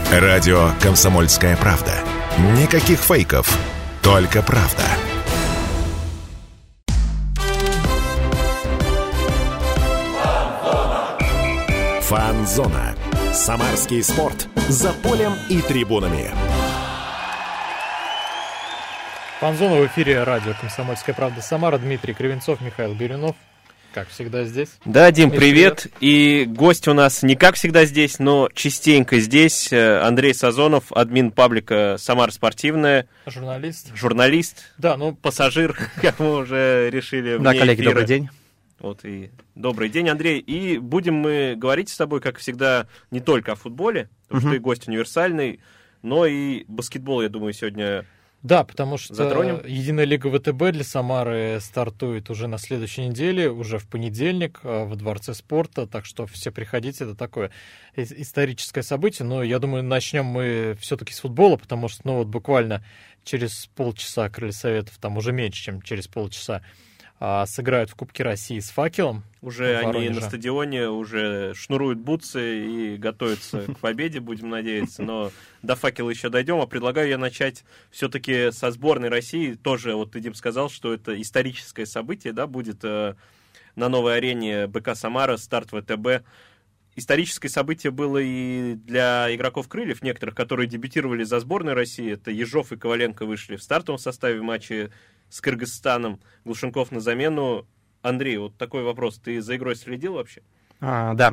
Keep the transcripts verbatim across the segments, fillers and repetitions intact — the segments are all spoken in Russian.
Радио «Комсомольская правда». Никаких фейков, только правда. Фан-зона. Самарский спорт. За полем и трибунами. Фан-зона в эфире радио «Комсомольская правда» Самара. Дмитрий Кривенцов, Михаил Бирюнов. Как всегда здесь. Да, Дим, привет. привет. И гость у нас не как всегда здесь, но частенько здесь. Андрей Сазонов, админ паблика «Самара спортивная». Журналист. Журналист. Да, ну... Пассажир, как мы уже решили. Да, коллеги, эфира. Добрый день. Вот и добрый день, Андрей. И будем мы говорить с тобой, как всегда, не только о футболе, потому uh-huh. что ты гость универсальный, но и баскетбол, я думаю, сегодня... Да, потому что затронем. Единая лига ВТБ для Самары стартует уже на следующей неделе, уже в понедельник во Дворце спорта, так что все приходите, это такое историческое событие, но я думаю, начнем мы все-таки с футбола, потому что, ну вот буквально через полчаса Крылья Советов, там уже меньше, чем через полчаса, а, сыграют в Кубке России с «Факелом». Уже они на стадионе, уже шнуруют бутсы и готовятся к победе, будем надеяться. Но до «Факела» еще дойдем. А предлагаю я начать все-таки со сборной России. Тоже, вот ты, Дим, сказал, что это историческое событие, да, будет э, на новой арене БК «Самара», старт ВТБ. Историческое событие было и для игроков «Крыльев», некоторых, которые дебютировали за сборную России. Это Ежов и Коваленко вышли в стартовом составе матча с Кыргызстаном, Глушенков на замену. Андрей, вот такой вопрос. Ты за игрой следил вообще? А, да.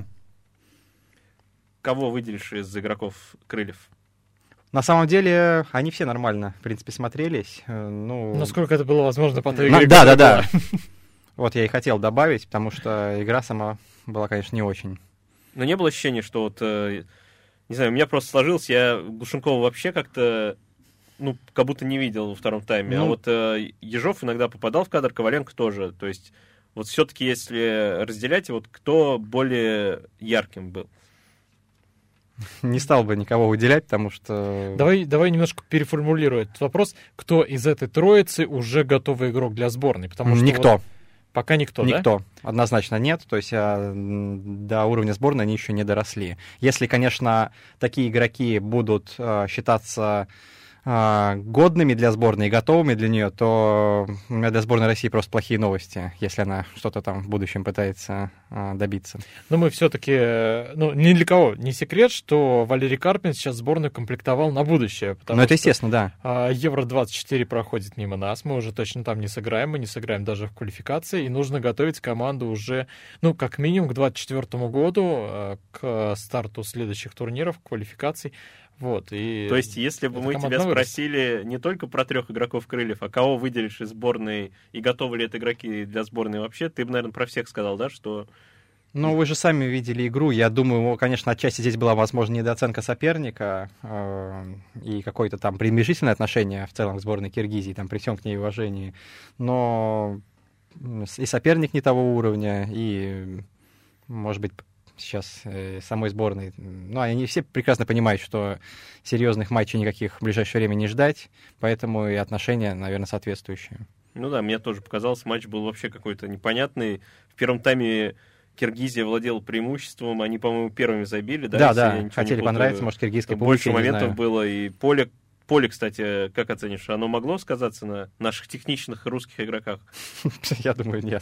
Кого выделишь из игроков «Крыльев»? На самом деле, они все нормально, в принципе, смотрелись. Ну... Насколько это было возможно по той игре? Да, да, да. Вот я и хотел добавить, потому что игра сама была, конечно, не очень. Но не было ощущения, что вот, не знаю, у меня просто сложилось, я Глушенкова вообще как-то, ну, как будто не видел во втором тайме. Ну... А вот э, Ежов иногда попадал в кадр, Коваленко тоже. То есть вот все-таки, если разделять, вот кто более ярким был? Не стал бы никого выделять, потому что... Давай, давай немножко переформулирую этот вопрос. Кто из этой троицы уже готовый игрок для сборной? Потому что никто. Вот пока никто, Никто. Да? Однозначно нет. То есть а, до уровня сборной они еще не доросли. Если, конечно, такие игроки будут а, считаться а, годными для сборной и готовыми для нее, то у меня для сборной России просто плохие новости, если она что-то там в будущем пытается а, добиться. Но мы все-таки, ну, ни для кого не секрет, что Валерий Карпин сейчас сборную комплектовал на будущее. Ну, это естественно, да. А, Евро двадцать четыре проходит мимо нас, мы уже точно там не сыграем, мы не сыграем даже в квалификации, и нужно готовить команду уже, ну, как минимум к двадцать четвёртому году, к старту следующих турниров, квалификаций. Вот, и то есть, если бы мы тебя спросили не только про трех игроков «Крыльев», а кого выделишь из сборной и готовы ли это игроки для сборной вообще, ты бы, наверное, про всех сказал, да, что... Ну, вы же сами видели игру. Я думаю, конечно, отчасти здесь была, возможно, недооценка соперника э, и какое-то там пренебрежительное отношение в целом к сборной Киргизии, там, при всем к ней уважении. Но и соперник не того уровня, и, может быть, сейчас э, самой сборной. Ну, они все прекрасно понимают, что серьезных матчей никаких в ближайшее время не ждать, поэтому и отношения, наверное, соответствующие. Ну да, мне тоже показалось, матч был вообще какой-то непонятный. В первом тайме Киргизия владела преимуществом, они, по-моему, первыми забили, да? Да, да, хотели понравиться, может, киргизской публике, больше моментов было, и поле, поле, кстати, как оценишь, оно могло сказаться на наших техничных русских игроках? Я думаю, нет.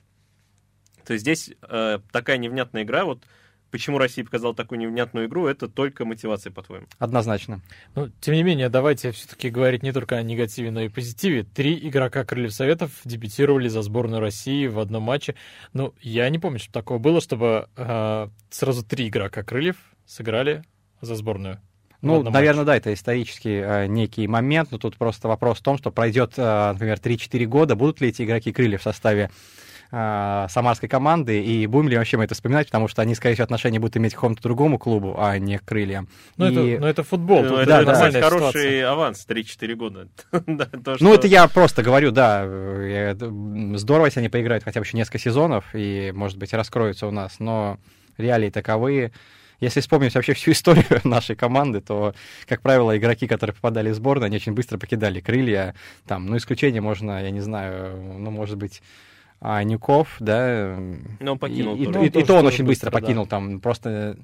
То есть здесь э, такая невнятная игра, вот почему Россия показала такую невнятную игру, это только мотивация, по-твоему? Однозначно. Ну, тем не менее, давайте все-таки говорить не только о негативе, но и позитиве. Три игрока Крыльев Советов дебютировали за сборную России в одном матче. Ну, я не помню, что такое было, чтобы э, сразу три игрока Крыльев сыграли за сборную. Ну, наверное, матче. Да, это исторический э, некий момент, но тут просто вопрос в том, что пройдет, э, например, три-четыре года, будут ли эти игроки Крыльев в составе самарской команды, и будем ли вообще мы это вспоминать, потому что они, скорее всего, отношения будут иметь к какому-то другому клубу, а не к Крыльям. Ну, и... это, это футбол. Ну, это, да, да, нормальная хороший ситуация. Аванс, три-четыре года. да, то, что... Ну, это я просто говорю, да, здорово, если они поиграют хотя бы еще несколько сезонов, и, может быть, раскроются у нас, но реалии таковы. Если вспомнить вообще всю историю нашей команды, то, как правило, игроки, которые попадали в сборную, они очень быстро покидали Крылья. Там, ну, исключение можно, я не знаю, ну, может быть, Анюков, да. Но он покинул. И, и, тоже. и, и, и то он очень быстро, быстро покинул, да. там просто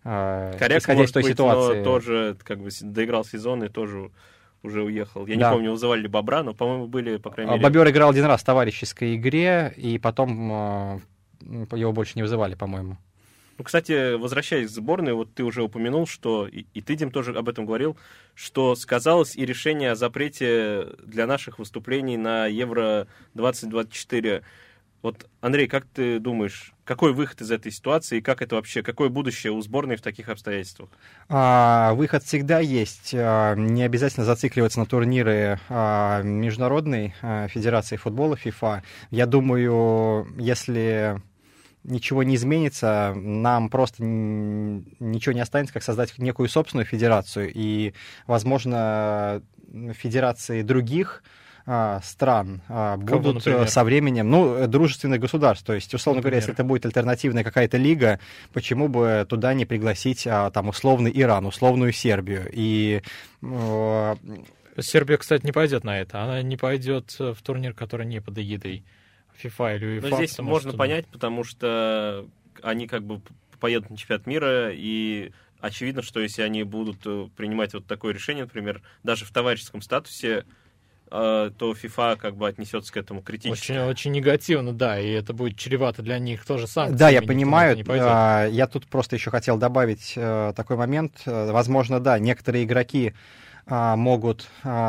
Коряк, исходя из той быть, ситуации. Но тоже как бы доиграл сезон и тоже уже уехал. Я да. не помню, вызывали ли Бобра, но, по-моему, были, по крайней мере... Бобер играл один раз в товарищеской игре, и потом его больше не вызывали, по-моему. Ну, кстати, возвращаясь к сборной, вот ты уже упомянул, что, и, и ты, Дим, тоже об этом говорил, что сказалось и решение о запрете для наших выступлений на Евро двадцать двадцать четыре. Вот, Андрей, как ты думаешь, какой выход из этой ситуации и как это вообще, какое будущее у сборной в таких обстоятельствах? А, выход всегда есть. А, не обязательно зацикливаться на турниры а, Международной а, Федерации футбола ФИФА. Я думаю, если ничего не изменится, нам просто ничего не останется, как создать некую собственную федерацию. И, возможно, федерации других стран будут Кого, со временем, ну, дружественных государств. То есть, условно например? говоря, если это будет альтернативная какая-то лига, почему бы туда не пригласить там условный Иран, условную Сербию? И Сербия, кстати, не пойдет на это. Она не пойдет в турнир, который не под эгидой FIFA или УЕФА. Но здесь можно понять, потому что они как бы поедут на чемпионат мира, и очевидно, что если они будут принимать вот такое решение, например, даже в товарищеском статусе, то FIFA как бы отнесется к этому критически. Очень, очень негативно, да, и это будет чревато для них тоже санкциями. Да, я понимаю. Я тут просто еще хотел добавить такой момент. Возможно, да, некоторые игроки могут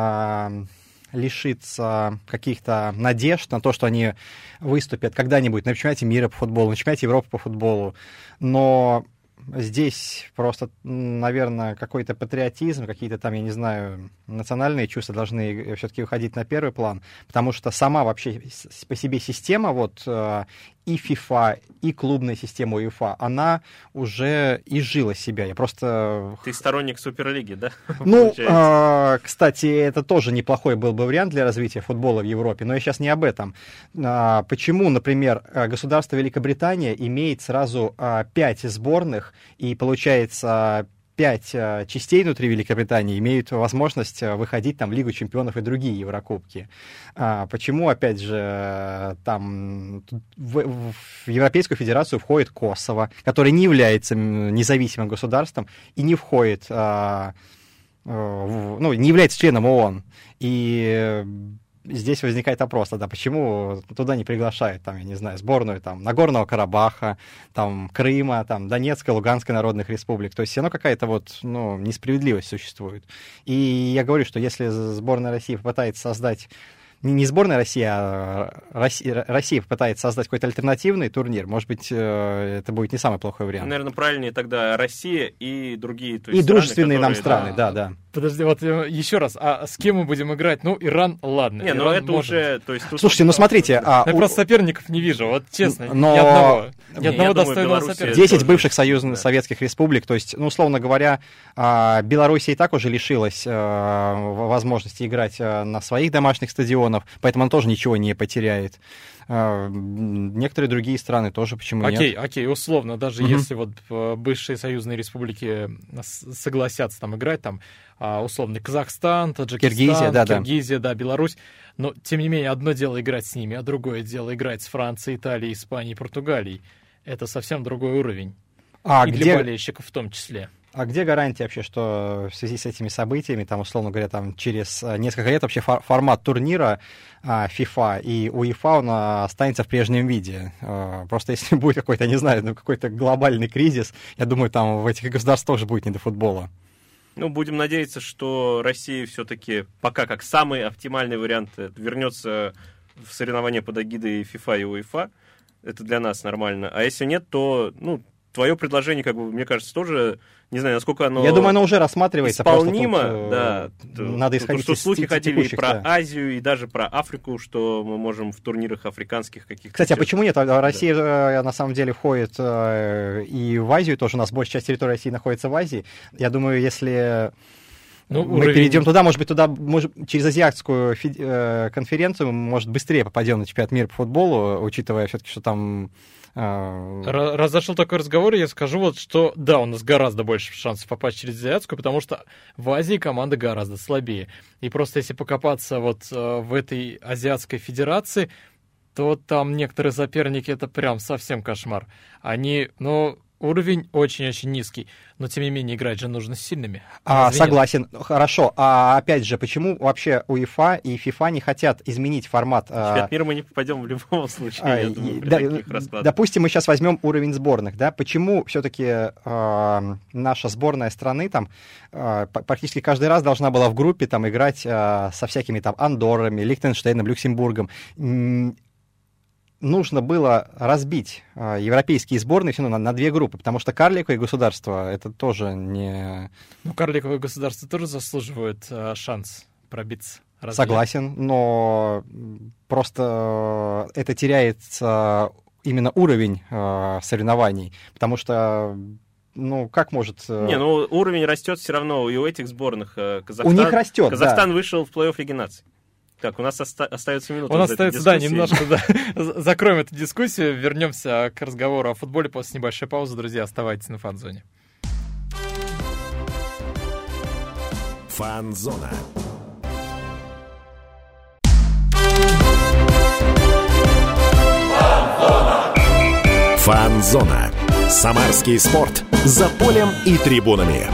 лишиться каких-то надежд на то, что они выступят когда-нибудь на чемпионате мира по футболу, на чемпионате Европы по футболу, но здесь просто, наверное, какой-то патриотизм, какие-то там, я не знаю, национальные чувства должны все-таки выходить на первый план, потому что сама вообще по себе система, вот и FIFA, и клубная система УЕФА, она уже изжила себя. Я просто... Ты сторонник Суперлиги, да? Ну, э, кстати, это тоже неплохой был бы вариант для развития футбола в Европе, но я сейчас не об этом. А, почему, например, государство Великобритания имеет сразу а, пять сборных, и получается... пять частей внутри Великобритании имеют возможность выходить там в Лигу чемпионов и другие Еврокубки. А почему, опять же, там в, в Европейскую Федерацию входит Косово, который не является независимым государством и не входит, а, в, ну, не является членом ООН. И здесь возникает вопрос, тогда почему туда не приглашают, там, я не знаю, сборную там, Нагорного Карабаха, там, Крыма, там, Донецкой, Луганской народных республик. То есть все равно какая-то вот, ну, несправедливость существует. И я говорю, что если сборная России попытается создать не сборная России, а Россия, Россия попытается создать какой-то альтернативный турнир, может быть, это будет не самый плохой вариант. Наверное, правильнее тогда Россия и другие, то есть и страны, дружественные которые... нам страны, да, да. Подожди, вот еще раз, а с кем мы будем играть? Ну, Иран, ладно. Не, Иран ну это может. уже... То есть, тут... Слушайте, ну смотрите... А, я у... просто соперников не вижу, вот честно, но... ни одного. Ни не, одного достойного думаю, соперника. десять бывших союзных да. советских республик, то есть, ну, условно говоря, Белоруссия и так уже лишилась возможности играть на своих домашних стадионах, поэтому она тоже ничего не потеряет. Некоторые другие страны тоже, почему окей, нет? Окей, условно, даже uh-huh. если вот бывшие союзные республики согласятся там играть, там, условно, Казахстан, Таджикистан, Киргизия, да, Киргизия, да. да, Беларусь, но, тем не менее, одно дело играть с ними, а другое дело играть с Францией, Италией, Испанией, Португалией. Это совсем другой уровень. А и где... для болельщиков в том числе. А где гарантия вообще, что в связи с этими событиями, там, условно говоря, там, через несколько лет вообще формат турнира FIFA и УЕФА, он останется в прежнем виде? Просто если будет какой-то, не знаю, ну, какой-то глобальный кризис, я думаю, там в этих государствах тоже будет не до футбола. Ну, будем надеяться, что Россия все-таки пока как самый оптимальный вариант вернется в соревнования под эгидой FIFA и УЕФА. Это для нас нормально. А если нет, то, ну, твое предложение, как бы, мне кажется, тоже, не знаю, насколько оно... Я думаю, оно уже рассматривается. Исполнимо, тут, да. Надо исходить Потому что слухи из ходили текущих, и про да. Азию, и даже про Африку, что мы можем в турнирах африканских каких-то... Кстати, а почему нет? Россия да. на самом деле входит и в Азию тоже. У нас большая часть территории России находится в Азии. Я думаю, если... Ну, мы уровень... перейдем туда, может быть, туда может, через азиатскую фи- э, конференцию мы, может, быстрее попадем на чемпионат мира по футболу, учитывая все-таки, что там... Э... Раз зашел такой разговор, я скажу вот, что да, у нас гораздо больше шансов попасть через азиатскую, потому что в Азии команда гораздо слабее. И просто если покопаться вот э, в этой азиатской федерации, то там некоторые соперники, это прям совсем кошмар. Они, ну... Уровень очень-очень низкий, но тем не менее играть же нужно с сильными. А, Разве согласен. Нет? Хорошо. А опять же, почему вообще УЕФА и ФИФА не хотят изменить формат? Чемпионат мира мы не попадем в любом случае, а, я думаю, при да, таких раскладах. Допустим, мы сейчас возьмем уровень сборных, да? Почему все-таки э, наша сборная страны там э, практически каждый раз должна была в группе там играть э, со всякими там Андоррами, Лихтенштейном, Люксембургом? Нужно было разбить э, европейские сборные все равно на, на две группы, потому что карликовые государства это тоже не... Ну, карликовые государства тоже заслуживают э, шанс пробиться. Разве Согласен, но просто э, это теряется именно уровень э, соревнований, потому что, ну, как может... Э... Не, ну, уровень растет все равно и у этих сборных. Казахстан, у них растет, Казахстан да. вышел в плей-офф Лиги наций. Так, у нас оста- остается минута. У нас остается, да, немножко, да. Закроем эту дискуссию, вернемся к разговору о футболе после небольшой паузы. Друзья, оставайтесь на Фан-зоне. Фан-зона. Фан-зона. Самарский спорт. За полем и трибунами.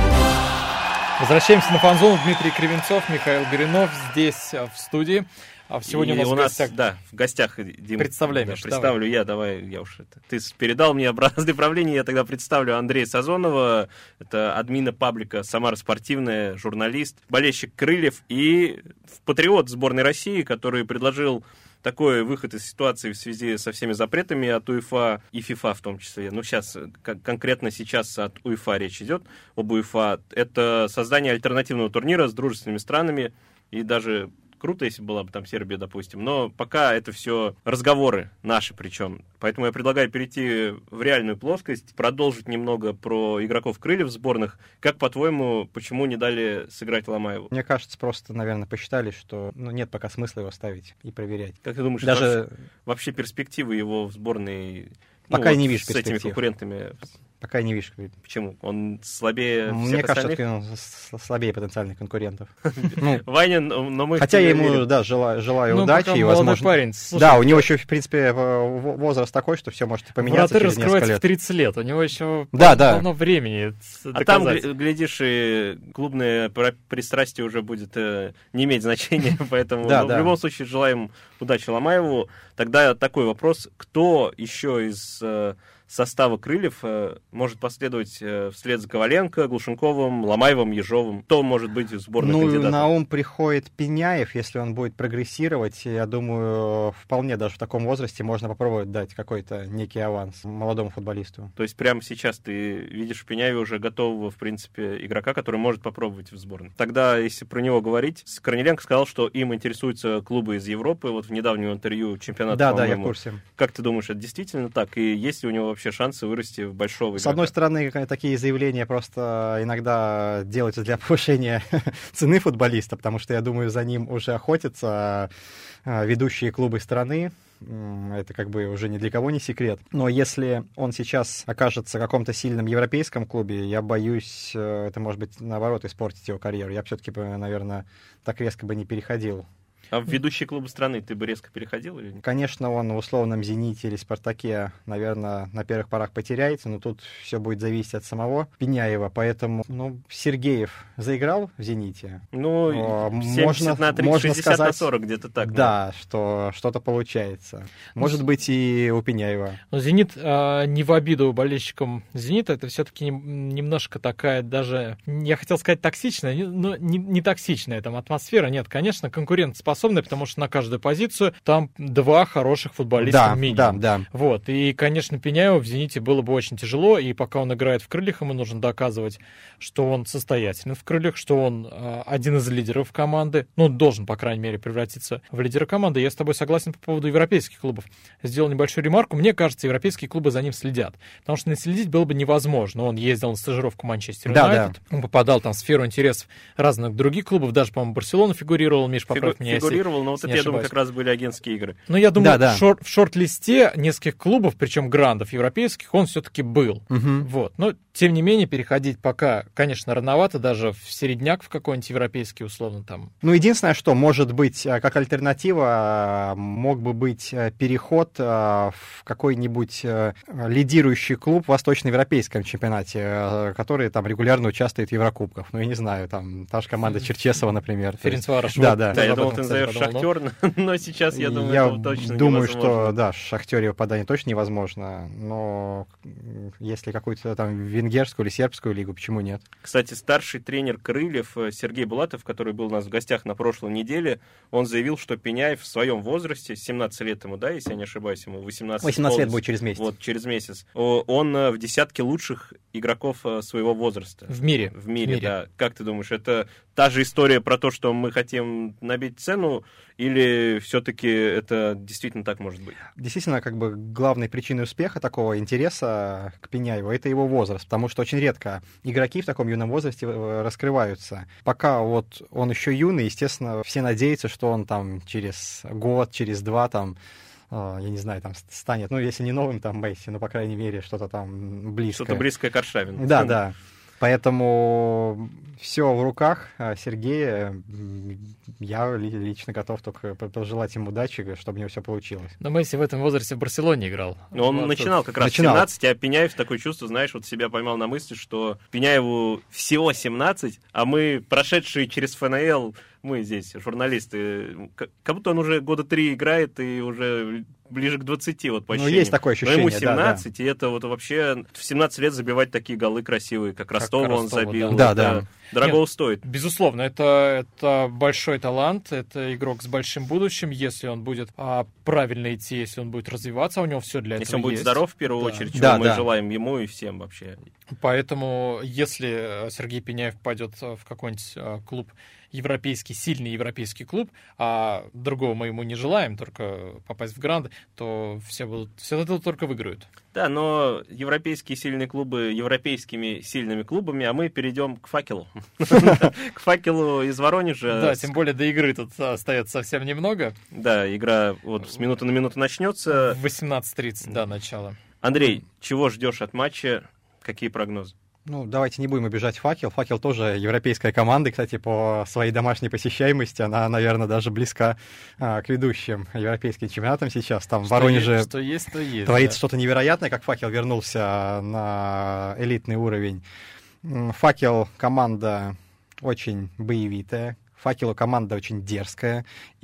Возвращаемся на Фан-зону. Дмитрий Кривенцов, Михаил Горюнов здесь в студии. А сегодня и у нас, у в, нас гостях... да, в гостях, Дим, Представляй, да, Миш, представлю давай. я, давай, я уж это. Ты передал мне образное правление, я тогда представлю Андрея Сазонова, это админа паблика «Самара спортивная», журналист, болельщик «Крыльев» и патриот сборной России, который предложил такой выход из ситуации в связи со всеми запретами от УЕФА и ФИФА в том числе. Ну, сейчас, конкретно сейчас от УЕФА речь идет, об УЕФА. Это создание альтернативного турнира с дружественными странами, и даже круто, если была бы там Сербия, допустим. Но пока это все разговоры наши причем. Поэтому я предлагаю перейти в реальную плоскость, продолжить немного про игроков крыльев сборных. Как, по-твоему, почему не дали сыграть Ломаеву? Мне кажется, просто, наверное, посчитали, что ну, нет пока смысла его ставить и проверять. Как ты думаешь, Даже... вообще, вообще перспективы его в сборной... Пока ну, не вот вижу с этими перспектив. конкурентами? Пока не вижу. Почему? Он слабее Мне всех кажется, остальных? он слабее потенциальных конкурентов. Ваня, но мы... Хотя я ему, да, желаю, желаю ну, удачи. И, возможно... парень. Слушай, да, у него еще, в принципе, возраст такой, что все может поменяться Вратарь через несколько раскрывается лет. в тридцать лет. У него еще да, да. полно времени А там, глядишь, и клубное пристрастие уже будет э, не иметь значения, поэтому да, ну, да. в любом случае желаем удачи Ломаеву. Тогда такой вопрос, кто еще из э, состава крыльев э, может последовать э, вслед за Коваленко, Глушенковым, Ломаевым, Ежовым? Кто может быть в сборной ну, кандидатов? На ум приходит Пеняев, если он будет прогрессировать. Я думаю, вполне даже в таком возрасте можно попробовать дать какой-то некий аванс молодому футболисту. То есть прямо сейчас ты видишь в Пеняеве уже готового, в принципе, игрока, который может попробовать в сборной. Тогда, если про него говорить, Корниленко сказал, что им интересуются клубы из Европы. Вот в недавнем интервью чемпионата, Да, по-моему. да, я в курсе. Как ты думаешь, это действительно так? И есть ли у него вообще шансы вырасти в большого игрока? С одной стороны, такие заявления просто иногда делаются для повышения цены футболиста, потому что, я думаю, за ним уже охотятся ведущие клубы страны. Это как бы уже ни для кого не секрет. Но если он сейчас окажется в каком-то сильном европейском клубе, я боюсь, это может быть наоборот испортить его карьеру. Я все-таки, наверное, так резко бы не переходил. А в ведущие клубы страны ты бы резко переходил или нет? Конечно, он в условном «Зените» или «Спартаке», наверное, на первых порах потеряется, но тут все будет зависеть от самого Пеняева. Поэтому, ну, Сергеев заиграл в «Зените». Ну, семьдесят можно, на тридцать, можно шестьдесят сказать, на сорок, где-то так. Да, да, что что-то получается. Может быть, и у Пеняева. Но «Зенит», а, не в обиду болельщикам «Зенита», это все-таки немножко такая даже, я хотел сказать токсичная, но не, не токсичная там атмосфера. Нет, конечно, конкурентоспособная, потому что на каждую позицию там два хороших футболиста да, минимум. Да, да. Вот. И, конечно, Пеняеву в «Зените» было бы очень тяжело, и пока он играет в крыльях, ему нужно доказывать, что он состоятелен в крыльях, что он э, один из лидеров команды, ну, должен, по крайней мере, превратиться в лидера команды. Я с тобой согласен по поводу европейских клубов. Сделал небольшую ремарку. Мне кажется, европейские клубы за ним следят, потому что наследить было бы невозможно. Он ездил на стажировку в Манчестер Юнайтед, да, да. он попадал там в сферу интересов разных других клубов, даже, по-моему, Барселона фигурировал, Миш, поправь Фигу- меня, фигурировал, но вот это, я думаю, как раз были агентские игры. Ну, я думаю, да, да. Шор- в шорт-листе нескольких клубов, причем грандов европейских, он все-таки был. Угу. Вот. Но, тем не менее, переходить пока, конечно, рановато, даже в середняк в какой-нибудь европейский, условно, там. Ну, единственное, что может быть, как альтернатива, мог бы быть переход в какой-нибудь лидирующий клуб в восточноевропейском чемпионате, который там регулярно участвует в Еврокубках. Ну, я не знаю, там та же команда Черчесова, например. Ференцварош. Да, да. Да, я думал, ты назовешь Шахтер, но сейчас, я думаю, я это точно думаю, невозможно. что, да, Шахтере попадание точно невозможно, но если какую-то там венгерскую или сербскую лигу, почему нет? Кстати, старший тренер Крыльев Сергей Булатов, который был у нас в гостях на прошлой неделе, он заявил, что Пеняев в своем возрасте, семнадцать лет ему, да, если я не ошибаюсь, ему восемнадцать восемнадцать лет будет через месяц. Вот, через месяц. Он в десятке лучших игроков своего возраста. В мире. В мире, в мире. да. Как ты думаешь, это та же история про то, что мы хотим набить цену, или все-таки это действительно так может быть? Действительно, как бы главной причиной успеха такого интереса к Пеняеву — это его возраст, потому что очень редко игроки в таком юном возрасте раскрываются. Пока вот он еще юный, естественно, все надеются, что он там через год, через два там, я не знаю, там станет, ну, если не новым там Месси, но, по крайней мере, что-то там близкое. Что-то близкое к Аршавину. Да, да. Поэтому все в руках Сергея. Я лично готов только пожелать ему удачи, чтобы у него все получилось. Но Месси в этом возрасте в Барселоне играл. Но он вот начинал как раз начинал. в семнадцать, а Пеняев такое чувство, знаешь, вот себя поймал на мысли, что Пеняеву всего семнадцать, а мы, прошедшие через эф эн эл, мы здесь, журналисты, как будто он уже года три играет и уже ближе к двадцати, вот по ощущениям. Ну, есть такое ощущение, но ему да, семнадцать, да. И это вот вообще в семнадцать лет забивать такие голы красивые, как Ростова как он Ростову, забил. да. Это Да, да. дорого Нет, стоит. Безусловно, это, это большой талант, это игрок с большим будущим, если он будет а, правильно идти, если он будет развиваться, у него все для этого есть. Если он будет здоров, в первую Да. очередь, чего Да, мы да. желаем ему и всем вообще. Поэтому, если Сергей Пеняев пойдет в какой-нибудь а, клуб, европейский, сильный европейский клуб, а другого мы ему не желаем, только попасть в гранды, то все будут, все это только выиграют. Да, но европейские сильные клубы европейскими сильными клубами, а мы перейдем к «Факелу». К «Факелу» из Воронежа. Да, тем более до игры тут остается совсем немного. Да, игра вот с минуты на минуту начнется. В восемнадцать тридцать, да, начало. Андрей, чего ждешь от матча? Какие прогнозы? Ну, давайте не будем обижать «Факел». «Факел» тоже европейская команда, кстати, по своей домашней посещаемости. Она, наверное, даже близка а, к ведущим европейским чемпионатам сейчас. Там в Воронеже Есть, что есть, то есть. творится Да. что-то невероятное, как «Факел» вернулся на элитный уровень. М, «Факел» — команда очень боевитая. «Факелу» команда очень дерзкая.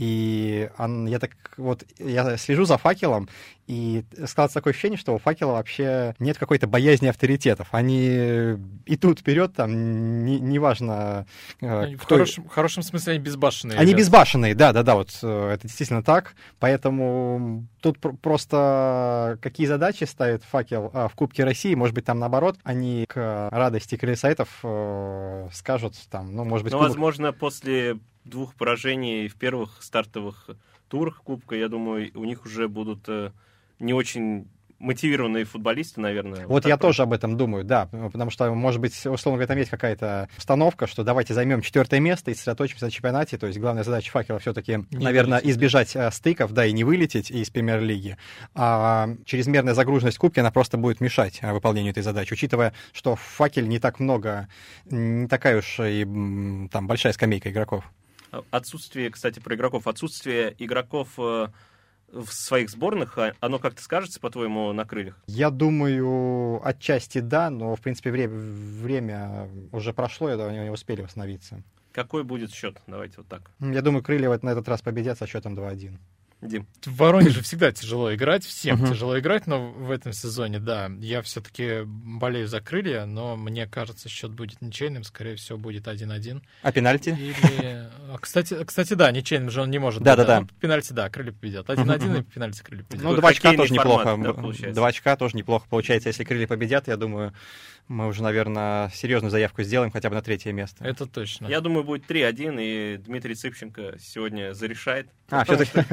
И он, я так вот, я слежу за «Факелом», и складывается такое ощущение, что у «Факела» вообще нет какой-то боязни авторитетов. Они идут вперед, там, не- неважно... Они э, В кто... хорошем, в хорошем смысле они безбашенные. Они ребята. безбашенные, да-да-да, вот э, это действительно так. Поэтому тут пр- просто какие задачи ставит «Факел» а, в Кубке России, может быть, там наоборот, они к радости крыльсайтов э, скажут, там, ну, может быть, Ну, кубок- возможно, после двух поражений в первых стартовых турах Кубка, я думаю, у них уже будут э, не очень мотивированные футболисты, наверное. Вот так я просто. тоже об этом думаю, да, потому что, может быть, условно говоря, там есть какая-то установка, что давайте займем четвертое место и сосредоточимся на чемпионате, то есть главная задача «Факела» все-таки, наверное, вылететь. избежать э, стыков, да, и не вылететь из премьер-лиги, а чрезмерная загруженность Кубки, она просто будет мешать э, выполнению этой задачи, учитывая, что в «Факеле» не так много, не такая уж и м, там большая скамейка игроков. Отсутствие, кстати, про игроков, отсутствие игроков э, в своих сборных, а- оно как-то скажется, по-твоему, на крыльях? Я думаю, отчасти да, но, в принципе, время, время уже прошло, и да, они не успели восстановиться. Какой будет счет? Давайте вот так. Я думаю, крылья вот на этот раз победят со счетом два-один. Дим. В Воронеже всегда тяжело играть, всем Мгм. тяжело играть, но в этом сезоне, да, я все-таки болею за крылья, но мне кажется, счет будет ничейным, скорее всего, будет один-один. А пенальти? Или... а, Кстати, кстати, да, ничейным же он не может Да, быть. да, да. Ну, пенальти, да, крылья победят. один-один Мгм, и пенальти крылья победят. Ну, Такой два очка хоккейный тоже неплохо. формат, да, получается. Два очка тоже неплохо получается. Если крылья победят, я думаю, мы уже, наверное, серьезную заявку сделаем хотя бы на третье место. Это точно. Я думаю, будет три-один, и Дмитрий Цыпченко сегодня зарешает. А, все-таки верим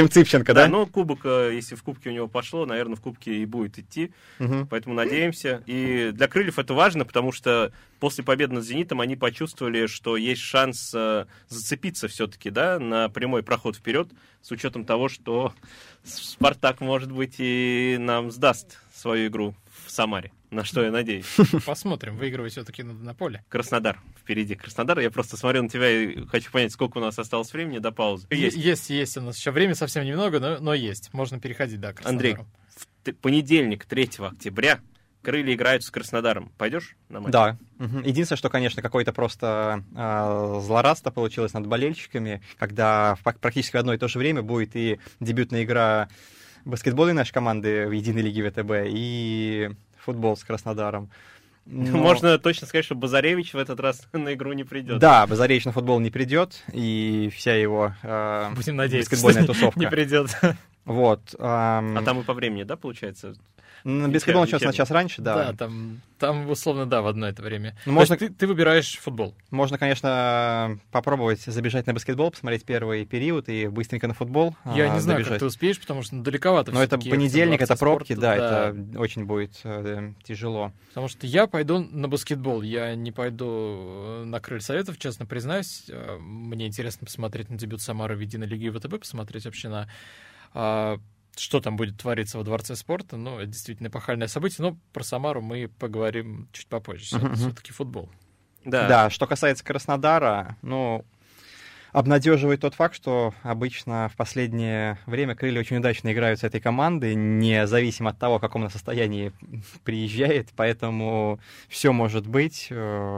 Максим Цыпченко, да? Да, ну, кубок, если в кубке у него пошло, наверное, в кубке и будет идти. Угу. Поэтому надеемся. И для Крыльев это важно, потому что после победы над «Зенитом» они почувствовали, что есть шанс зацепиться все-таки, да, на прямой проход вперед, с учетом того, что «Спартак», может быть, и нам сдаст свою игру в Самаре. На что я надеюсь. Посмотрим, выигрывать все-таки надо на поле. Краснодар. Впереди Краснодар. Я просто смотрю на тебя и хочу понять, сколько у нас осталось времени до паузы. Есть, есть, есть у нас еще время, совсем немного, но, но есть. Можно переходить, да, к Краснодару. Андрей, в понедельник, третьего октября, Крылья играют с Краснодаром. Пойдешь на матч? Да. Угу. Единственное, что, конечно, какое-то просто э, злорадство получилось над болельщиками, когда в, практически в одно и то же время будет и дебютная игра баскетбольной нашей команды в единой лиге ВТБ, и футбол с Краснодаром. Но... Можно точно сказать, что Базаревич в этот раз на игру не придет. Да, Базаревич на футбол не придет, и вся его э, Будем надеяться, баскетбольная тусовка не придет. Вот. Эм... А там и по времени, да, получается? Баскетбол начался на час раньше, да. Да, там, там условно, да, в одно это время. Ну, можно... ты, ты выбираешь футбол. Можно, конечно, попробовать забежать на баскетбол, посмотреть первый период и быстренько на футбол Я а, не знаю, добежать. как ты успеешь, потому что далековато. Но это понедельник, это пробки, спорта, да, да, это очень будет э, тяжело. Потому что я пойду на баскетбол, я не пойду на Крылья Советов, честно признаюсь. Мне интересно посмотреть на дебют Самары в единой лиге ВТБ, посмотреть вообще на... что там будет твориться во Дворце спорта. Ну, это действительно эпохальное событие, но про Самару мы поговорим чуть попозже. Uh-huh. Все-таки футбол. Да. да, что касается Краснодара, ну, обнадеживает тот факт, что обычно в последнее время Крылья очень удачно играют с этой командой, независимо от того, в каком она состоянии приезжает, поэтому все может быть...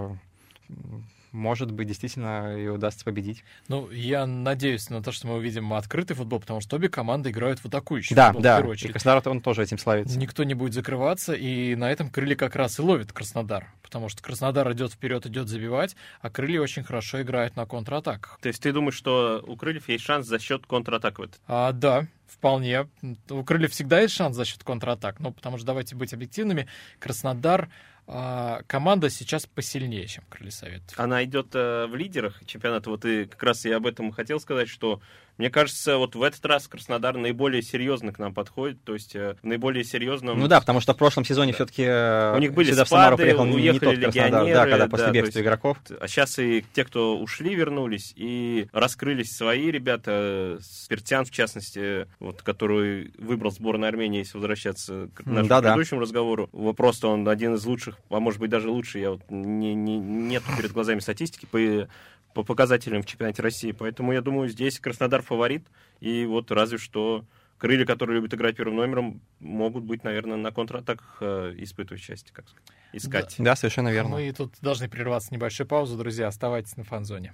Может быть, действительно, и удастся победить. Ну, я надеюсь на то, что мы увидим открытый футбол, потому что обе команды играют в атакующий да, футбол, да. в первую очередь. И Краснодар, он тоже этим славится. Никто не будет закрываться, и на этом Крылья как раз и ловит Краснодар, потому что Краснодар идет вперед, идет забивать, а Крылья очень хорошо играют на контратаках. То есть ты думаешь, что у Крыльев есть шанс за счет контратак в этот? А, да, вполне. У Крыльев всегда есть шанс за счет контратак, ну, потому что, давайте быть объективными, Краснодар... А команда сейчас посильнее, чем Крылья Советов. Она идет э, в лидерах чемпионата. Вот и как раз я об этом хотел сказать, что мне кажется, вот в этот раз Краснодар наиболее серьезно к нам подходит, то есть э, наиболее серьезным... Ну да, потому что в прошлом сезоне да. все-таки у них были сюда спады, в Самару приехал уехали не тот Краснодар, да, когда после да, бегства есть, игроков. А сейчас и те, кто ушли, вернулись, и раскрылись свои ребята, Спиртян, в частности, вот, который выбрал сборную Армении, если возвращаться к нашему да, предыдущему да. разговору. Просто он один из лучших, а может быть даже лучший, я вот не, не, нет перед глазами статистики по, по показателям в чемпионате России, поэтому я думаю, здесь Краснодар фаворит, и вот разве что Крылья, которые любят играть первым номером, могут быть, наверное, на контратаках э, испытывать счастье, как сказать, искать. Да, да, совершенно верно. Мы тут должны прерваться небольшой паузу, друзья, оставайтесь на Фан-зоне.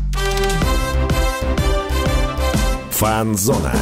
Фан-зона.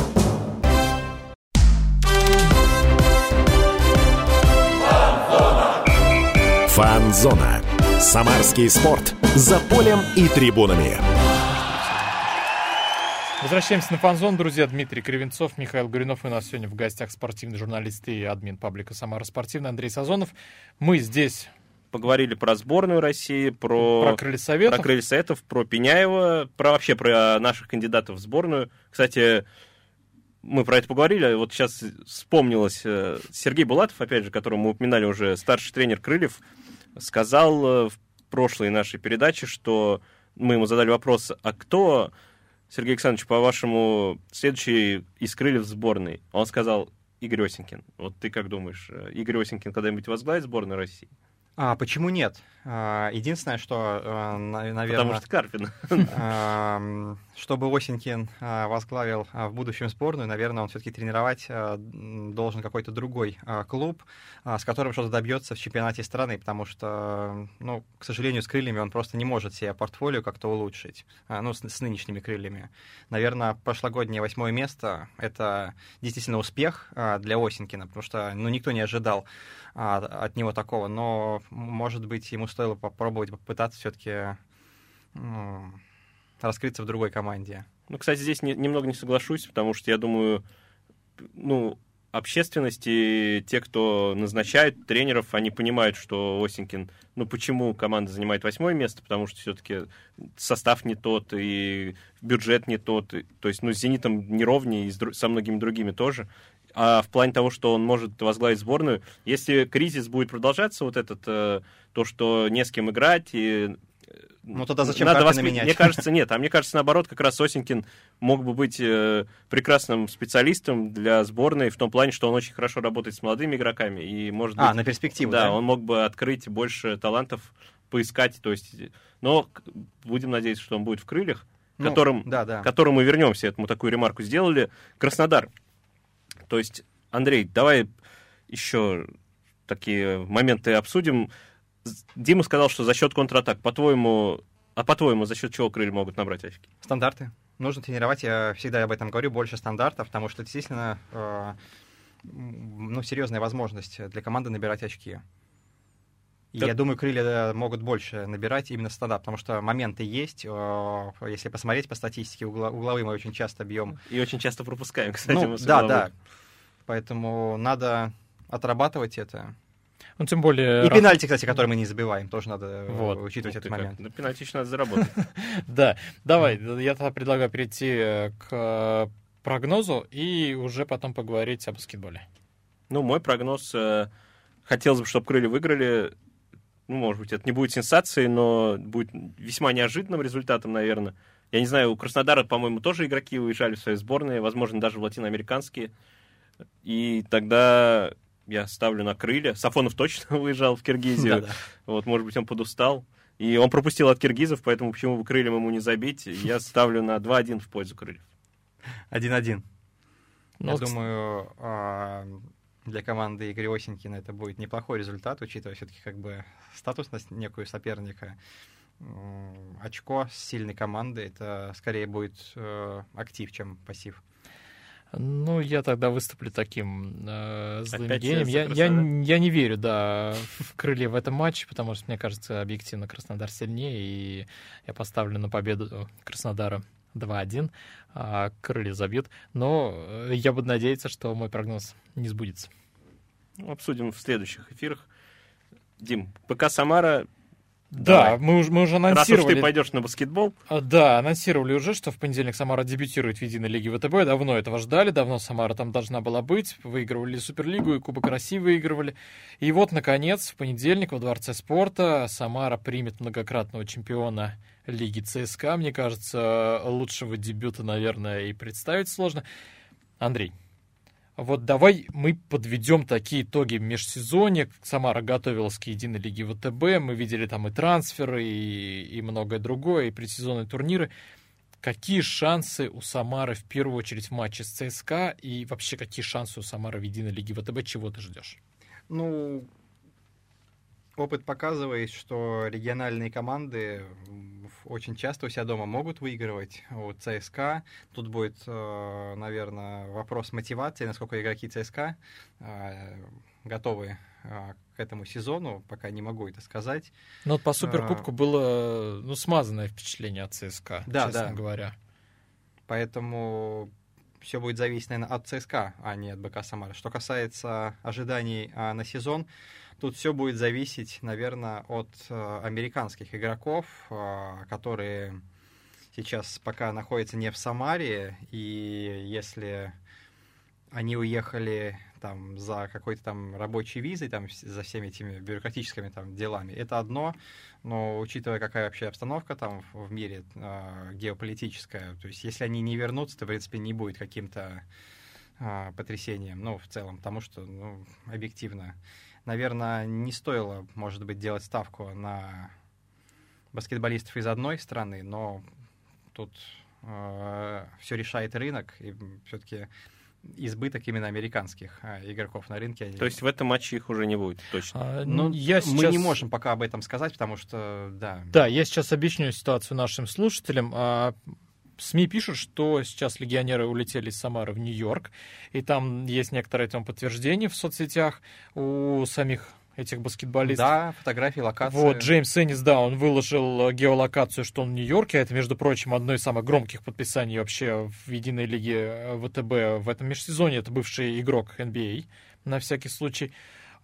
Фан-зона. Самарский спорт. За полем и трибунами. Возвращаемся на Фан-зону, друзья. Дмитрий Кривенцов, Михаил Гуринов. И у нас сегодня в гостях спортивный журналист и админ паблика «Самара Спортивная» Андрей Сазонов. Мы здесь... Поговорили про сборную России, про... Про Крылья Советов. Про Крылья Советов, про Пеняева, про вообще про наших кандидатов в сборную. Кстати, мы про это поговорили. Вот сейчас вспомнилось. Сергей Булатов, опять же, которого мы упоминали уже, старший тренер Крыльев, сказал в прошлой нашей передаче, что мы ему задали вопрос, а кто... Сергей Александрович, по-вашему, следующий из Крыльев сборной? Он сказал, Игорь Осенькин. Вот ты как думаешь, Игорь Осенькин когда-нибудь возглавит сборную России? А почему нет? Единственное, что, наверное... Потому что Карпин. Чтобы Осенькин возглавил в будущем сборную, наверное, он все-таки тренировать должен какой-то другой клуб, с которым что-то добьется в чемпионате страны, потому что, ну, к сожалению, с Крыльями он просто не может себе портфолио как-то улучшить, ну, с, с нынешними Крыльями. Наверное, прошлогоднее восьмое место — это действительно успех для Осенькина, потому что, ну, никто не ожидал от него такого, но, может быть, ему стоило попробовать, попытаться все-таки ну, раскрыться в другой команде. Ну, кстати, здесь не, немного не соглашусь, потому что я думаю, ну, общественность и те, кто назначают тренеров, они понимают, что Осенькин, ну почему команда занимает восьмое место, потому что все-таки состав не тот, и бюджет не тот, и, то есть, ну, с «Зенитом» неровнее, и с, со многими другими тоже. А в плане того, что он может возглавить сборную, если кризис будет продолжаться, вот этот, то, что не с кем играть, и ну тогда зачем надо карты воспри... менять? Мне кажется, нет. А мне кажется, наоборот, как раз Осенькин мог бы быть э, прекрасным специалистом для сборной в том плане, что он очень хорошо работает с молодыми игроками. И, может быть, а, на перспективу, да, да? он мог бы открыть больше талантов, поискать. То есть, но будем надеяться, что он будет в «Крыльях», Ну, которым, да, да. к которому мы вернемся. Этому такую ремарку сделали. Краснодар. То есть, Андрей, давай еще такие моменты обсудим. Дима сказал, что за счет контратак. По-твоему, а по-твоему, за счет чего «Крылья» могут набрать очки? Стандарты. Нужно тренировать, я всегда об этом говорю, больше стандартов, потому что действительно э, ну, серьезная возможность для команды набирать очки. И Так... я думаю, «Крылья» могут больше набирать именно стандарт, потому что моменты есть. Э, если посмотреть по статистике, угла, угловые мы очень часто бьем. И очень часто пропускаем, кстати. Ну, мы с да, угловых. да. Поэтому надо отрабатывать это. Ну, тем более... И пенальти, кстати, которые мы не забиваем, тоже надо вот. учитывать этот момент. На пенальти еще надо заработать. Да, давай, я тогда предлагаю перейти к прогнозу и уже потом поговорить о баскетболе. Ну, мой прогноз... Хотелось бы, чтобы «Крылья» выиграли. Ну, может быть, это не будет сенсацией, но будет весьма неожиданным результатом, наверное. Я не знаю, у Краснодара, по-моему, тоже игроки уезжали в свои сборные, возможно, даже в латиноамериканские. И тогда... Я ставлю на «Крылья». Сафонов точно уезжал в Киргизию. Да-да. Вот, может быть, он подустал. И он пропустил от киргизов, поэтому почему бы «Крыльям» ему не забить? Я ставлю на два один в пользу «Крыльев». один-один. Ну, Я думаю, для команды Игоря Осенькина это будет неплохой результат, учитывая все-таки как бы статусность некую соперника. Очко с сильной командой — это скорее будет актив, чем пассив. Ну, я тогда выступлю таким э, злым Опять гением. Я, Краснодар? я, я не верю, да, в «Крылья» в этом матче, потому что, мне кажется, объективно Краснодар сильнее, и я поставлю на победу Краснодара два один, а «Крылья» забьют. Но я буду надеяться, что мой прогноз не сбудется. Обсудим в следующих эфирах. Дим, ПК «Самара». Да, Давай. мы, уже- мы уже Раз анонсировали... уж ты пойдешь на баскетбол, А, Да, анонсировали уже, что в понедельник Самара дебютирует в единой лиге ВТБ. Давно этого ждали, давно Самара там должна была быть. Выигрывали Суперлигу и Кубок России выигрывали. И вот, наконец, в понедельник во Дворце спорта Самара примет многократного чемпиона лиги ЦСКА. Мне кажется, лучшего дебюта, наверное, и представить сложно. Андрей, вот давай мы подведем такие итоги межсезонья. Самара готовилась к единой лиге ВТБ. Мы видели там и трансферы, и, и многое другое, и предсезонные турниры. Какие шансы у Самары в первую очередь в матче с ЦСКА? И вообще, какие шансы у Самары в единой лиге ВТБ? Чего ты ждешь? Ну, опыт показывает, что региональные команды очень часто у себя дома могут выигрывать у ЦСКА. Тут будет, наверное, вопрос мотивации, насколько игроки ЦСКА готовы к этому сезону, пока не могу это сказать. Ну вот по Суперкубку было ну, смазанное впечатление от ЦСКА, да, честно да. говоря. Поэтому все будет зависеть, наверное, от ЦСКА, а не от БК Самары. Что касается ожиданий а, на сезон, тут все будет зависеть, наверное, от а, американских игроков, а, которые сейчас пока находятся не в Самаре, и если они уехали там за какой-то там рабочей визой, там за всеми этими бюрократическими там делами, это одно, но учитывая, какая вообще обстановка там в мире э, геополитическая, то есть если они не вернутся, то, в принципе, не будет каким-то э, потрясением, ну, в целом, потому что, ну, объективно, наверное, не стоило, может быть, делать ставку на баскетболистов из одной страны, но тут э, все решает рынок, и все-таки избыток именно американских а, игроков на рынке. то есть в этом матче их уже не будет, точно. А, Ну, ну, я сейчас... Мы не можем пока об этом сказать, потому что, да. Да, я сейчас объясню ситуацию нашим слушателям. А, СМИ пишут, что сейчас легионеры улетели из Самары в Нью-Йорк, и там есть некоторое этому подтверждение в соцсетях. У самих этих баскетболистов. Да, фотографии, локации. Вот, Джеймс Эннис, да, он выложил геолокацию, что он в Нью-Йорке. Это, между прочим, одно из самых громких подписаний вообще в единой лиге ВТБ в этом межсезонье. Это бывший игрок эн би эй, на всякий случай.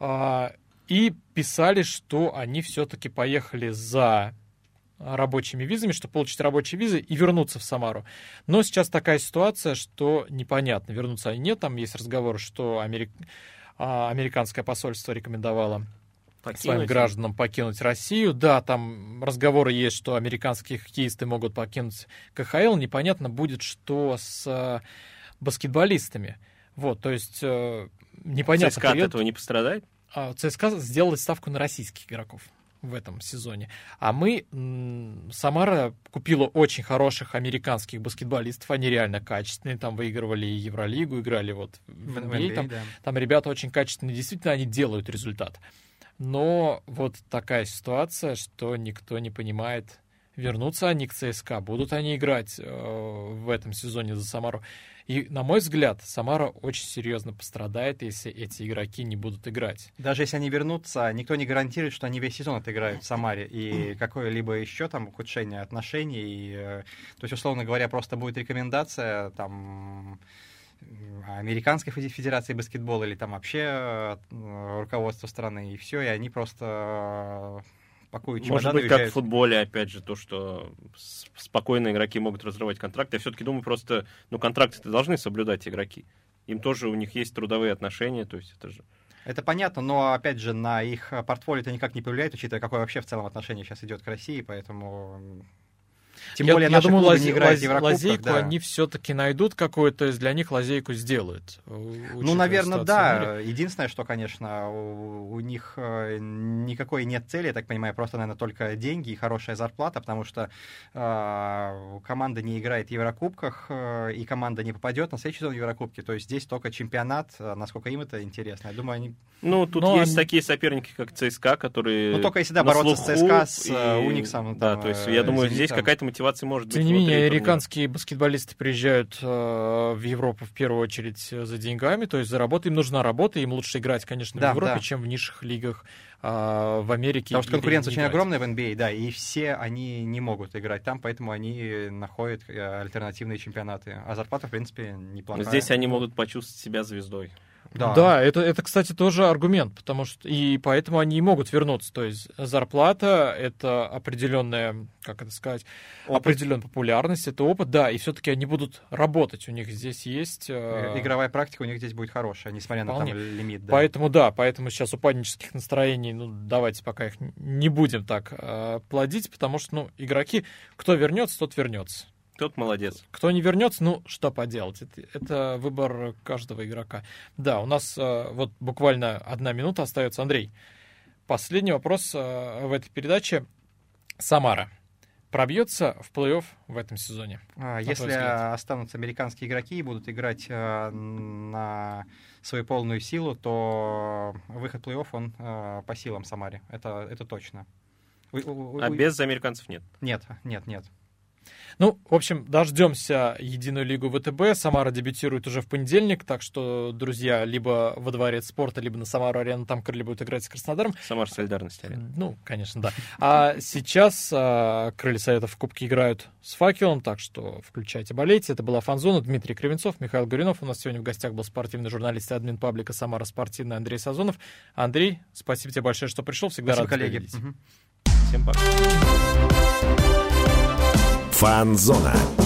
И писали, что они все-таки поехали за рабочими визами, чтобы получить рабочие визы и вернуться в Самару. Но сейчас такая ситуация, что непонятно, вернутся они нет. Там есть разговор, что Америк... американское посольство рекомендовало покинуть. Своим гражданам покинуть Россию. Да, там разговоры есть, что американские хоккеисты могут покинуть ка ха эл. Непонятно будет, что с баскетболистами. Вот, то есть непонятно. ЦСКА от этого не пострадает? ЦСКА сделала ставку на российских игроков в этом сезоне. А мы, Самара купила очень хороших американских баскетболистов, они реально качественные, там выигрывали и Евролигу, играли вот в эн би эй, там, да. Там ребята очень качественные, действительно они делают результат. Но вот такая ситуация, что никто не понимает, вернутся они к ЦСКА, будут они играть э, в этом сезоне за Самару. И, на мой взгляд, Самара очень серьезно пострадает, если эти игроки не будут играть. Даже если они вернутся, никто не гарантирует, что они весь сезон отыграют в Самаре. И какое-либо еще там ухудшение отношений. И, то есть, условно говоря, просто будет рекомендация там Американской федерации баскетбола или там вообще руководства страны, и все, и они просто... Может быть, как в футболе, опять же, то, что спокойно игроки могут разрывать контракты. Я все-таки думаю, просто, ну, контракты-то должны соблюдать игроки. Им тоже, у них есть трудовые отношения, то есть это же... Это понятно, но, опять же, на их портфолио это никак не повлияет, учитывая, какое вообще в целом отношение сейчас идет к России, поэтому... Тем я, более я наши думаю, клубы лази, не играют лази, в Еврокубках. Лазейку да. они все-таки найдут какую-то, то есть для них лазейку сделают. Ну, наверное, да. Единственное, что, конечно, у, у них никакой нет цели, я так понимаю, просто, наверное, только деньги и хорошая зарплата, потому что э, команда не играет в Еврокубках, э, и команда не попадет на следующий сезон в Еврокубки. То есть здесь только чемпионат, насколько им это интересно. Я думаю, они... Ну, тут Но есть они... такие соперники, как ЦСКА, которые... Ну, только если, да, бороться слуху, с ЦСКА, с и... Униксом. Да, там, то есть, я думаю, Зенитом. Здесь какая-то мотивация может Тем быть. Тем не менее, американские баскетболисты приезжают э, в Европу в первую очередь за деньгами, то есть за работу. Им нужна работа, им лучше играть, конечно, да, в Европе, да. чем в низших лигах э, в Америке. Потому что конкуренция очень огромная в эн би эй, да, и все они не могут играть там, поэтому они находят альтернативные чемпионаты. А зарплата, в принципе, неплохая. Здесь они могут почувствовать себя звездой. Да, да это, это, кстати, тоже аргумент, потому что и поэтому они и могут вернуться. То есть зарплата — это определенная, как это сказать, опыт. Определенная популярность, это опыт, да, и все-таки они будут работать. У них здесь есть... Игровая практика у них здесь будет хорошая, несмотря Вполне. на там лимит. Да. Поэтому, да, поэтому сейчас упаднических настроений, ну, давайте пока их не будем так э, плодить, потому что, ну, игроки, кто вернется, тот вернется. Тот молодец. Кто не вернется, ну, что поделать. Это, это выбор каждого игрока. Да, у нас э, вот буквально одна минута остается. Андрей, последний вопрос э, в этой передаче. Самара пробьется в плей-офф в этом сезоне? А, если останутся американские игроки и будут играть э, на свою полную силу, то выход в плей-офф, он э, по силам Самаре. Это, это точно. У, у, а у... без американцев нет? Нет, нет, нет. Ну, в общем, дождемся единую лигу ВТБ. Самара дебютирует уже в понедельник, так что, друзья, либо во Дворец спорта, либо на Самару-арену Тамкар будет играть с Краснодаром. Самара Солидарность арена. Ну, конечно, да. А сейчас а, Крылья Советов в Кубке играют с Факелом, так что включайте, болейте. Это была Фан-зона. Дмитрий Кривенцов, Михаил Горюнов. У нас сегодня в гостях был спортивный журналист и админ паблика «Самара Спортивная» Андрей Сазонов. Андрей, спасибо тебе большое, что пришел. Всегда спасибо, рад коллеги. тебя видеть. Угу. Всем пока. Фан-зона.